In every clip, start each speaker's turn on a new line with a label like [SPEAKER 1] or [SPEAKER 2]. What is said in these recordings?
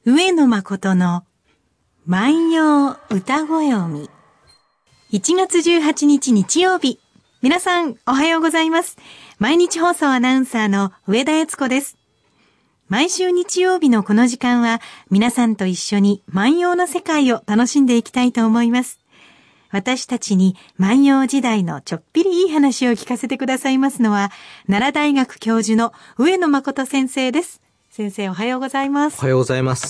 [SPEAKER 1] 上野誠の万葉歌ごよみ。1月18日日曜日。皆さんおはようございます。毎日放送アナウンサーの上田悦子です。毎週日曜日のこの時間は皆さんと一緒に万葉の世界を楽しんでいきたいと思います。私たちに万葉時代のちょっぴりいい話を聞かせてくださいますのは奈良大学教授の上野誠先生です。先生おはようございます。
[SPEAKER 2] おはようございます。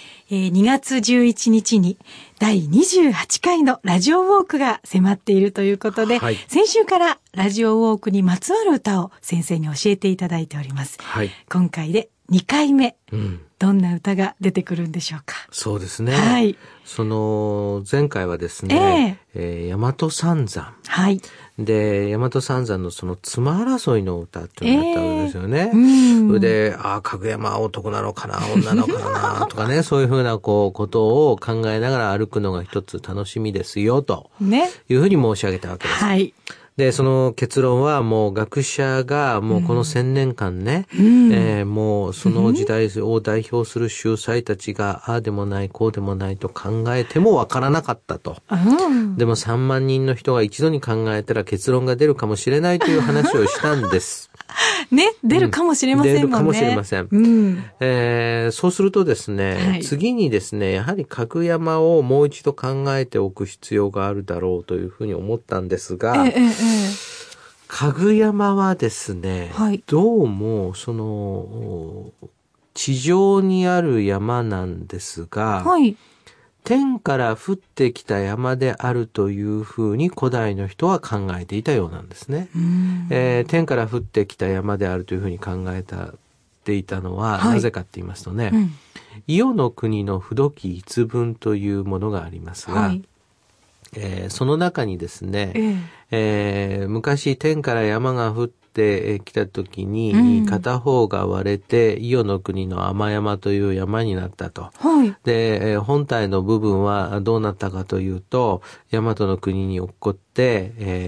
[SPEAKER 1] 2月11日に第28回のラジオウォークが迫っているということで、はい、先週からラジオウォークにまつわる歌を先生に教えていただいております。はい、今回で2回目、どんな歌が出てくるんでしょうか。
[SPEAKER 2] そうですね。
[SPEAKER 1] はい。
[SPEAKER 2] その前回はですね、大和三山。はい。で、大和三山のその妻争いの歌っていうのがあったわけですよね。それで、かぐやまは男なのかな、女なのかな、とかね、そういうふうなことを考えながら歩くのが一つ楽しみですよ、というふうに申し上げたわけです。はい。で、その結論はもう学者がもうこの1000年間ね、もうその時代を代表する秀才たちがああでもないこうでもないと考えてもわからなかったと。でも3万人の人が一度に考えたら結論が出るかもしれないという話をしたんです。
[SPEAKER 1] ね、出るかもしれませんもんね。
[SPEAKER 2] 出るかもしれません。そうするとですね、次にですね、やはりかぐやまをもう一度考えておく必要があるだろうというふうに思ったんですが、かぐやまはですね、どうもその地上にある山なんですが、天から降ってきた山であるというふうに古代の人は考えていたようなんですね。天から降ってきた山であるというふうに考えていたのは、なぜかって言いますとね、伊予の国の不土記一文というものがありますが、その中にですね、昔天から山が降ってきた時に、片方が割れて伊予の国の天山という山になったと。で、本体の部分はどうなったかというと、大和の国に落っこって、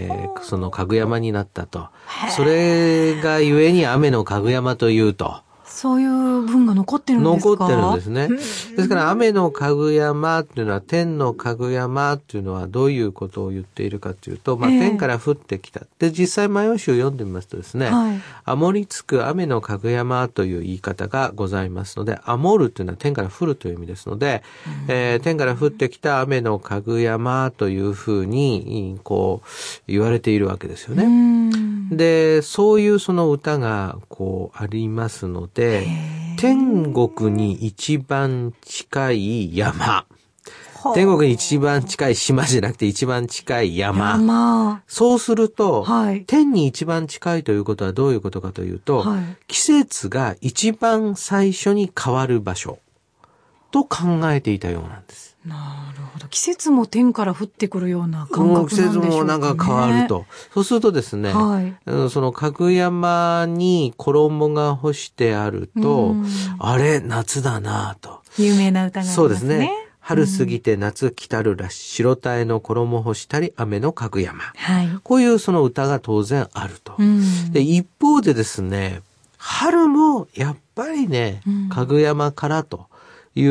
[SPEAKER 2] そのかぐやまになったと。それがゆえに雨のかぐやまというと。
[SPEAKER 1] そういう文が残ってるんですか？
[SPEAKER 2] 残ってるんですね。ですから雨のかぐやまっていうのは、天のかぐやまっていうのはどういうことを言っているかというと、天から降ってきた。で、実際万葉集を読んでみますとですね、雨りつく雨のかぐやまという言い方がございますので、雨るというのは天から降るという意味ですので、天から降ってきた雨のかぐやまというふうに、こう、言われているわけですよね。で、そういうその歌がこうありますので、天国に一番近い山。天国に一番近い島じゃなくて一番近い山。そうすると、天に一番近いということはどういうことかというと、季節が一番最初に変わる場所と考えていたようなんです。
[SPEAKER 1] なるほど。季節も天から降ってくるような感覚なんでしょうかね。
[SPEAKER 2] 季節もなんか変わると。そうするとですね、そのかぐやまに衣が干してあると、あれ、夏だなと。
[SPEAKER 1] 有名な歌がありますね。
[SPEAKER 2] そうですね。春過ぎて夏来たるらし、白たえの衣干したり雨のかぐやま。こういうその歌が当然あると。で、一方でですね、春もやっぱりね、かぐやまからという、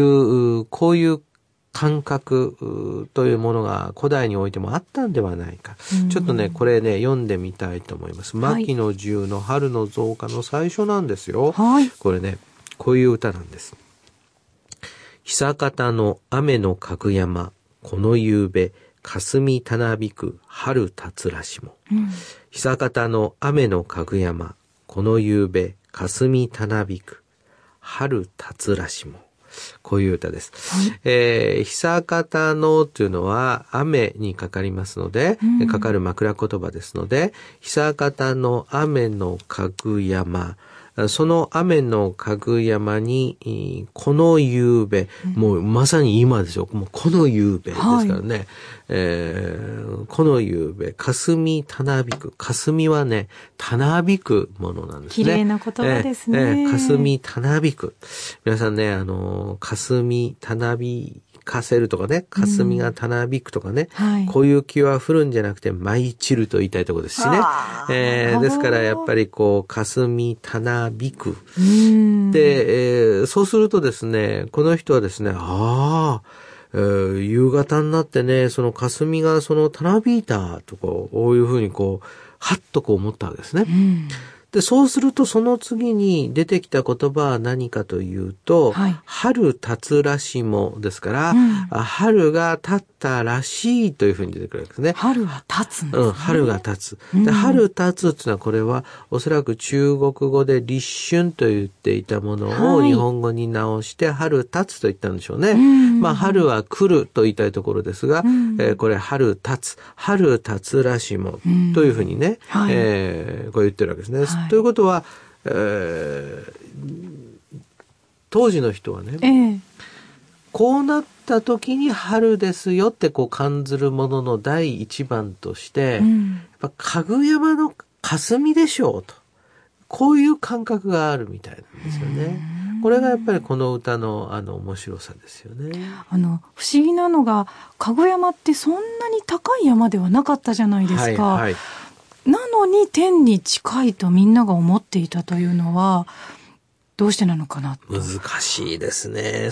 [SPEAKER 2] こういう感覚というものが古代においてもあったんではないか。ちょっとね、これね、読んでみたいと思います。牧野十の春の増加の最初なんですよ。これね、こういう歌なんです。久方の雨のかぐやま、この夕べ、霞たなびく春たつらしも。久方の雨のかぐやま、この夕べ、霞たなびく春たつらしも。こういう歌です。久方のというのは雨にかかりますので、かかる枕言葉ですので、久方の雨のかぐやま、その雨のかぐやまに、この夕べ、もうまさに今ですよ。もうこの夕べですからね。この夕べ、霞たなびく。霞はね、たなびくものなんですね。
[SPEAKER 1] 綺麗な言葉ですね。
[SPEAKER 2] 霞たなびく。皆さんね、霞たなびかせるとかね、霞がたなびくとかね、こういう気は降るんじゃなくて舞い散ると言いたいところですしね。ですからやっぱりこう霞たななびく。で、そうするとですね、この人はですね、夕方になってね、その霞がたなびいたとこういうふうにはっと思ったわけですね。で、そうするとその次に出てきた言葉は何かというと、春立つらしもですから、春が立ったらしいというふうに出てくるわけですね。
[SPEAKER 1] 春が立つんですね。
[SPEAKER 2] 春が立つ。で、春立つっていうのはこれはおそらく中国語で立春と言っていたものを日本語に直して春立つと言ったんでしょうね。春は来ると言いたいところですが、これ春立つ。春立つらしもというふうにね、こう言ってるわけですね。ということは、当時の人はね、こうなった時に春ですよって感ずるものの第一番として、やっぱかぐやまの霞でしょうと。こういう感覚があるみたいなんですよね。これがやっぱりこの歌の面白さですよね。
[SPEAKER 1] 不思議なのが、かぐやまってそんなに高い山ではなかったじゃないですか。なのに天に近いとみんなが思っていたというのはどうしてなのかなと。
[SPEAKER 2] 難しいですね。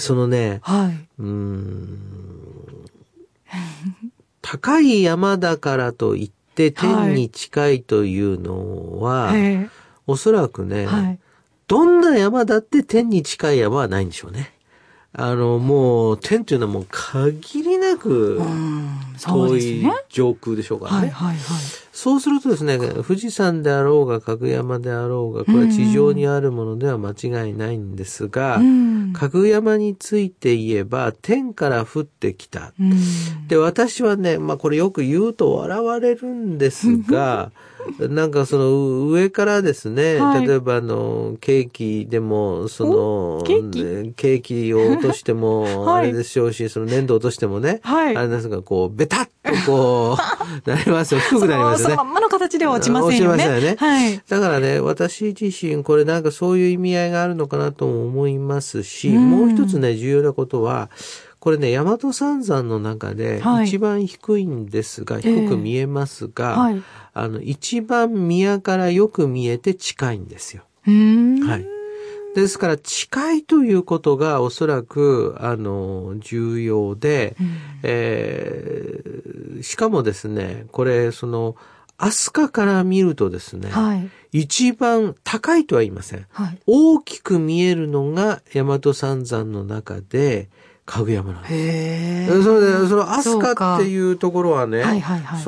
[SPEAKER 2] 高い山だからといって天に近いというのは、おそらくね、どんな山だって天に近い山はないんでしょうね。もう天というのはもう限りなく遠い上空でしょうからね。そうするとですね、富士山であろうがかぐやまであろうが、これは地上にあるものでは間違いないんですが、かぐやまについて言えば天から降ってきた。で、私はね、これよく言うと笑われるんですが、なんか上からですね、例えばケーキでもケーキを落としてもあれでしょうし、粘土落としてもね、あれなんですか、ベタッとなりますよ。低くなりますよね。
[SPEAKER 1] そのまんまの形では落ちませんよね。
[SPEAKER 2] 落ちませんよね。だからね、私自身これなんかそういう意味合いがあるのかなとも思いますし、もう一つね、重要なことは、これね、大和三山の中で一番低いんですが、低く見えますが、一番宮からよく見えて近いんですよ。ですから近いということがおそらく重要で、しかもですね、これ飛鳥から見るとですね、一番高いとは言いません。大きく見えるのが大和三山の中でかぐやまなんです。それで飛鳥っていうところはね、いわ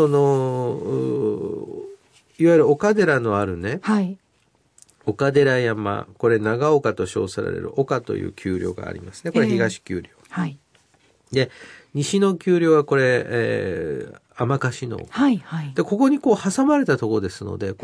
[SPEAKER 2] ゆる岡寺のあるね、岡寺山、これ長岡と称される岡という丘陵がありますね。これ東丘陵。で、西の丘陵はこれ、天橋の丘。で、ここに挟まれたところですので、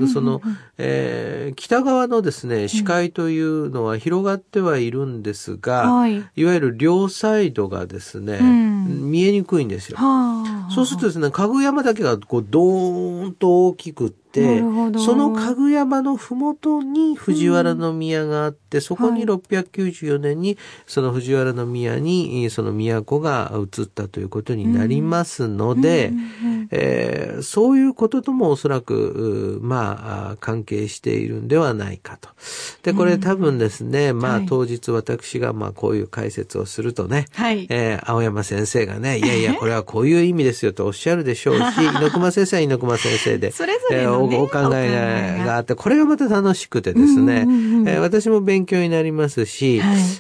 [SPEAKER 2] 北側のですね、視界というのは広がってはいるんですが、いわゆる両サイドがですね、見えにくいんですよ。そうするとですね、かぐやまだけがドーンと大きくって、そのかぐやまのふもとに藤原宮があって、そこに694年にその藤原宮にその都が移ったということになりますので、そういうことともおそらく関係しているんではないかと。で、これ多分ですね、当日私がこういう解説をするとね、青山先生がね、いやいやこれはこういう意味ですよとおっしゃるでしょうし、猪熊先生は猪熊先生で
[SPEAKER 1] それぞれの
[SPEAKER 2] お考えがあって、これがまた楽しくてですね、私も勉強になりますし、い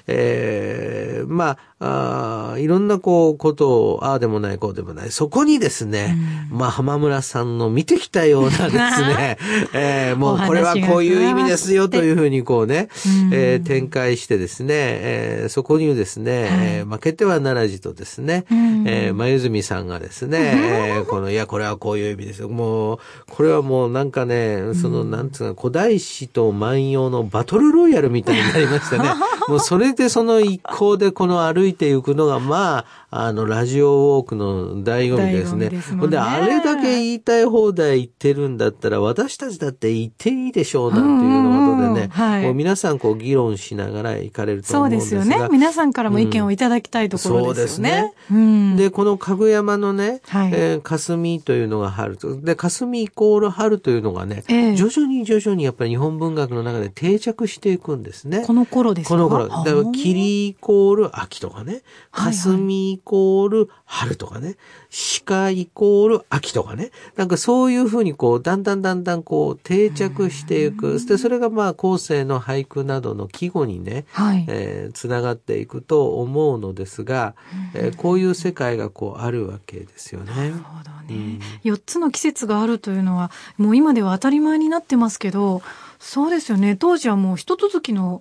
[SPEAKER 2] ろんなことをああでもないこうでもない、そこにですね、浜村さんの見てきたようなですね、もうこれはこういう意味ですよというふうに展開してですね、そこにですね、負けてはならじとですね、眉住さんがですね、いやこれはこういう意味ですよ。もうこれはもうなんかね、なんつうか古代史と万葉のバトルロイヤルみたいになりましたね。もうそれで一行でこの歩いていくのが、ラジオウォークの醍醐味ですね。で、あれだけ言いたい放題言ってるんだったら、私たちだって言っていいでしょうなんていうのことでね、こう皆さん議論しながら行かれると思うんですが。
[SPEAKER 1] そうですよね。皆さんからも意見をいただきたいところですよね。
[SPEAKER 2] そうですね。で、このかぐやまのね、霞というのが春と。で、霞イコール春というのがね、徐々にやっぱり日本文学の中で定着していくんですね。
[SPEAKER 1] この頃ですか？
[SPEAKER 2] この頃。だから霧イコール秋とかね、霞イコール春とかね、鹿イコール秋とかね、なんかそういうふうにだんだん定着していく。で、それが後世の俳句などの季語にね、つながっていくと思うのですが、こういう世界があるわけですよね。
[SPEAKER 1] なるほどね。4つの季節があるというのは、もう今では当たり前になってますけど、そうですよね。当時はもう一続きの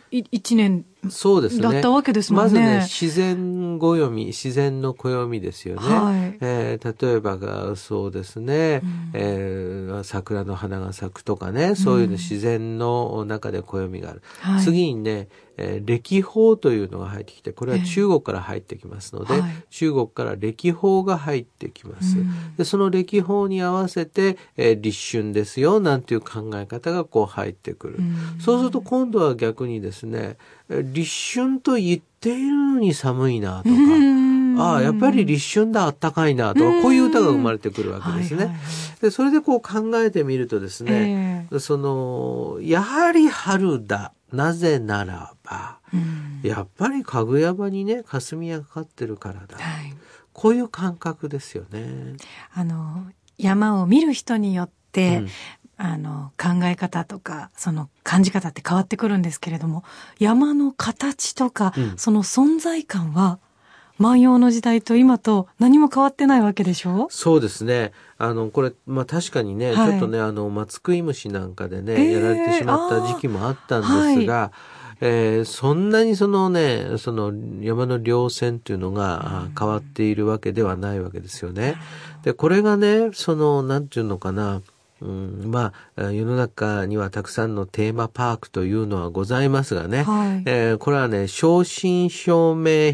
[SPEAKER 1] 1年だったわけですもんね。
[SPEAKER 2] まずね、自然暦、自然の暦ですよね。例えばがそうですね、桜の花が咲くとかね、そういう自然の中で暦がある。次にね、暦法というのが入ってきて、これは中国から入ってきますので、中国から暦法が入ってきます。で、その暦法に合わせて、立春ですよ、なんていう考え方が入ってくる。そうすると今度は逆にですね、立春と言っているのに寒いなとか、やっぱり立春だ、あったかいなとか、こういう歌が生まれてくるわけですね。で、それで考えてみるとですね、やはり春だ。なぜならば、やっぱりかぐやまにね、霞がかかってるからだ。こういう感覚ですよね。
[SPEAKER 1] 山を見る人によって、考え方とか、その感じ方って変わってくるんですけれども、山の形とか、その存在感は、万葉の時代と今と何も変わってないわけでしょ？
[SPEAKER 2] そうですね。これ、確かにね、ちょっとね、松食い虫なんかでね、やられてしまった時期もあったんですが、そんなに山の稜線というのが変わっているわけではないわけですよね。で、これがね、なんていうのかな、世の中にはたくさんのテーマパークというのはございますがね、これはね、正真正銘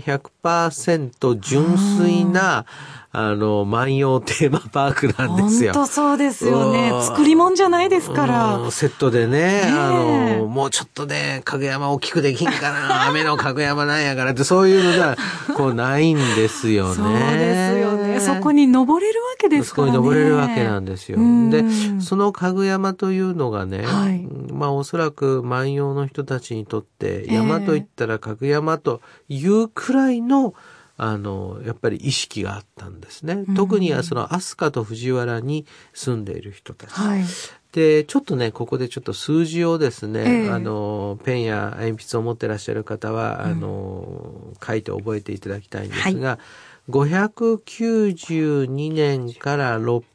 [SPEAKER 2] 100% 純粋な万葉テーマパークなんですよ。
[SPEAKER 1] 本当そうですよね。作り物じゃないですから。
[SPEAKER 2] セットでね、もうちょっとね、かぐやま大きくできんかな、雨のかぐやまなんやからって、そういうのじゃ、ないんですよね。
[SPEAKER 1] そうですよね。そこに登れるわけですからね。
[SPEAKER 2] そこに登れるわけなんですよ。で、そのかぐやまというのがね、おそらく万葉の人たちにとって、山といったらかぐやまというくらいの、やっぱり意識があったんですね。特には飛鳥と藤原に住んでいる人たち。で、ちょっとね、ここでちょっと数字をですね、ペンや鉛筆を持ってらっしゃる方は、書いて覚えていただきたいんですが、592年から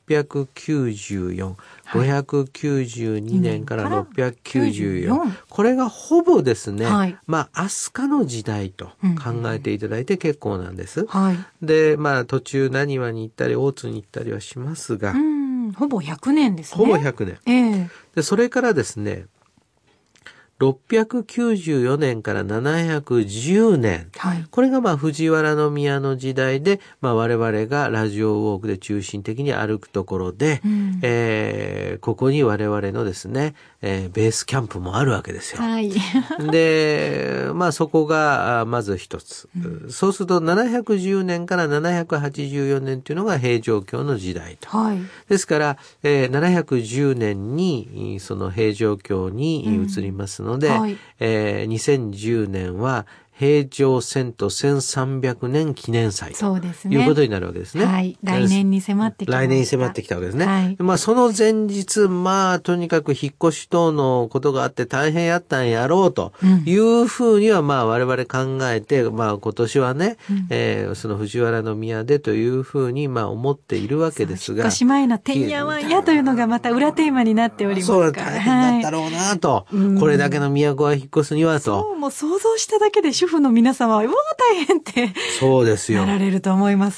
[SPEAKER 2] 694。592年から694。これがほぼですね、飛鳥の時代と考えていただいて結構なんです。で、途中何話に行ったり、大津に行ったりはしますが、
[SPEAKER 1] ほぼ100年ですね。
[SPEAKER 2] ほぼ100年。で、それからですね、694年から710年。これが藤原宮の時代で、我々がラジオウォークで中心的に歩くところで、ここに我々のですね、ベースキャンプもあるわけですよ。で、そこがまず一つ。そうすると710年から784年というのが平城京の時代と。ですから、710年にその平城京に移りますので、2010年は平城遷都1300年記念祭ということになるわけですね。
[SPEAKER 1] 来年に迫ってきました。
[SPEAKER 2] 来年に迫ってきたわけですね。その前日、とにかく引っ越し等のことがあって大変やったんやろうというふうには我々考えて、今年はね、その藤原宮でというふうに思っているわけですが。
[SPEAKER 1] 引っ越し前のてんやわんやというのがまた裏テーマになっておりますから。
[SPEAKER 2] そう、大変だったろうなと。これだけの都は引っ越すにはと。
[SPEAKER 1] もう想像しただけで主婦の皆様は、うわ大変って。
[SPEAKER 2] そうですよ。
[SPEAKER 1] なられると思います。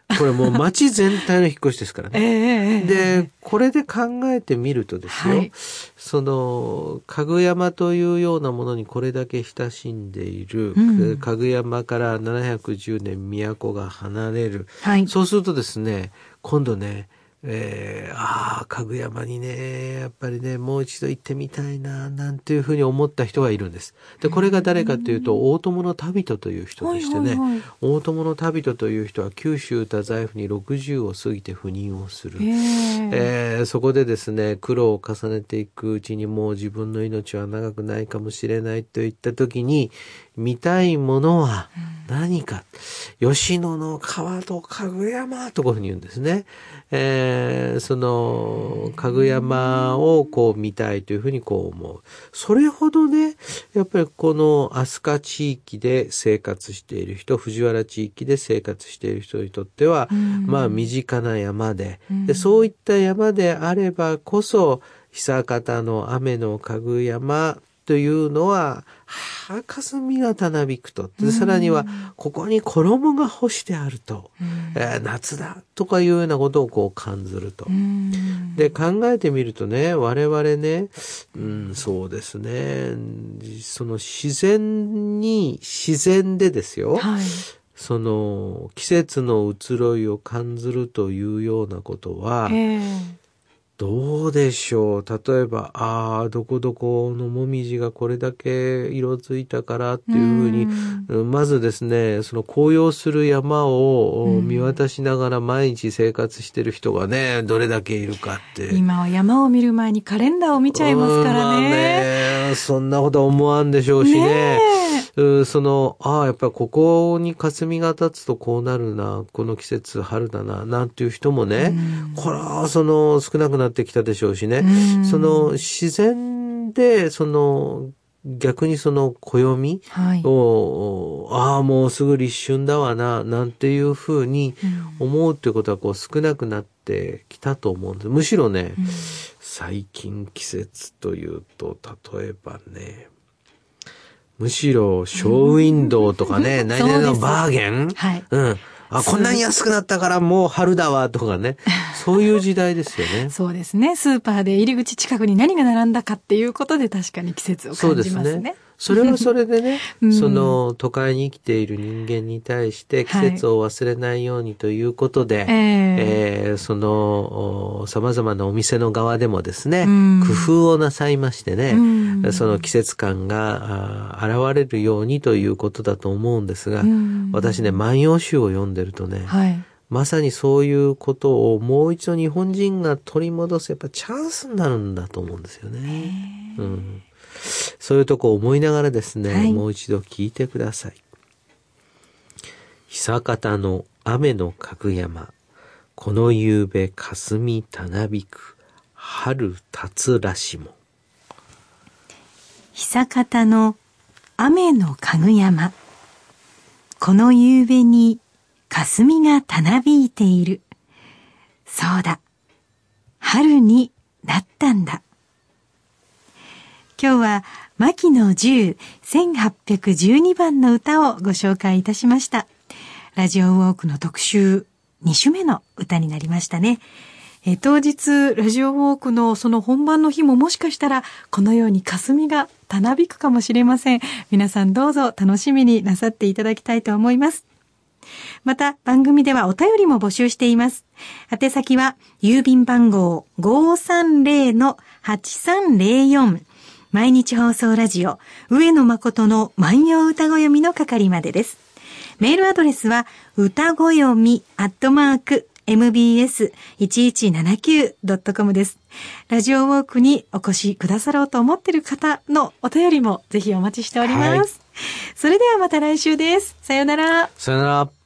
[SPEAKER 2] これもう町全体の引っ越しですからね。で、これで考えてみるとですよ、はい、その、かぐやまというようなものにこれだけ親しんでいる、かぐやまから710年都が離れる。はい、そうするとですね、今度ね、かぐやまにね、やっぱりね、もう一度行ってみたいな、なんていうふうに思った人がいるんです。で、これが誰かというと、大友の旅人という人でしてね、大友の旅人という人は九州太宰府に60を過ぎて赴任をする。そこでですね、苦労を重ねていくうちにもう自分の命は長くないかもしれないといった時に、見たいものは何か、吉野の川とかぐやまとこういうふうに言うんですね。そのかぐやまをこう見たいというふうにこう思う。それほどね、やっぱりこの飛鳥地域で生活している人、藤原地域で生活している人にとっては、まあ身近な山で、そういった山であればこそ、久方の雨のかぐやまというのは、霞がたなびくと。で、さらには、ここに衣が干してあると、夏だとかいうようなことをこう感じると。で、考えてみるとね、我々ね、そうですね、その自然でですよ、はい、その季節の移ろいを感じるというようなことは、どうでしょう。例えば、どこどこのもみじがこれだけ色づいたからっていうふうに、まずですね、その紅葉する山を見渡しながら毎日生活してる人がね、どれだけいるかって。
[SPEAKER 1] 今は山を見る前にカレンダーを見ちゃいますからね。
[SPEAKER 2] そんなことは思わんでしょうしね。その、やっぱりここに霞が立つとこうなるな、この季節春だな、なんていう人もね、これはその少なくなってきたでしょうしね。その自然で、その逆にその暦を、もうすぐ立春だわな、なんていうふうに思うっていうことはこう少なくなってきたと思うんです。むしろね、最近季節というと、例えばね、むしろショーウィンドウとかね、何々のバーゲン、はい、こんなに安くなったからもう春だわとかね。そういう時代ですよね。
[SPEAKER 1] そうですね。スーパーで入り口近くに何が並んだかっていうことで確かに季節を感じますね。そうですね。
[SPEAKER 2] それはそれでね、その都会に生きている人間に対して季節を忘れないようにということで、その様々なお店の側でもですね、工夫をなさいましてね、その季節感が現れるようにということだと思うんですが、私ね、万葉集を読んでるとね、まさにそういうことをもう一度日本人が取り戻すやっぱチャンスになるんだと思うんですよね。そういうとこ思いながらですね、もう一度聞いてください。久方の雨のかぐやま、この夕べ霞たなびく、春立つらしも。
[SPEAKER 1] 久方の雨のかぐやま、この夕べに霞がたなびいている。そうだ、春になったんだ。今日は牧野十1812番の歌をご紹介いたしました。ラジオウォークの特集2種目の歌になりましたね。当日ラジオウォークのその本番の日ももしかしたらこのように霞がたなびくかもしれません。皆さんどうぞ楽しみになさっていただきたいと思います。また番組ではお便りも募集しています。宛先は郵便番号 530-8304 毎日放送ラジオ上野誠の万葉歌子読みの係までです。メールアドレスは歌子読み@mbs1179.com です。ラジオウォークにお越しくださろうと思っている方のお便りもぜひお待ちしております。それではまた来週です。さよなら。
[SPEAKER 2] さよなら。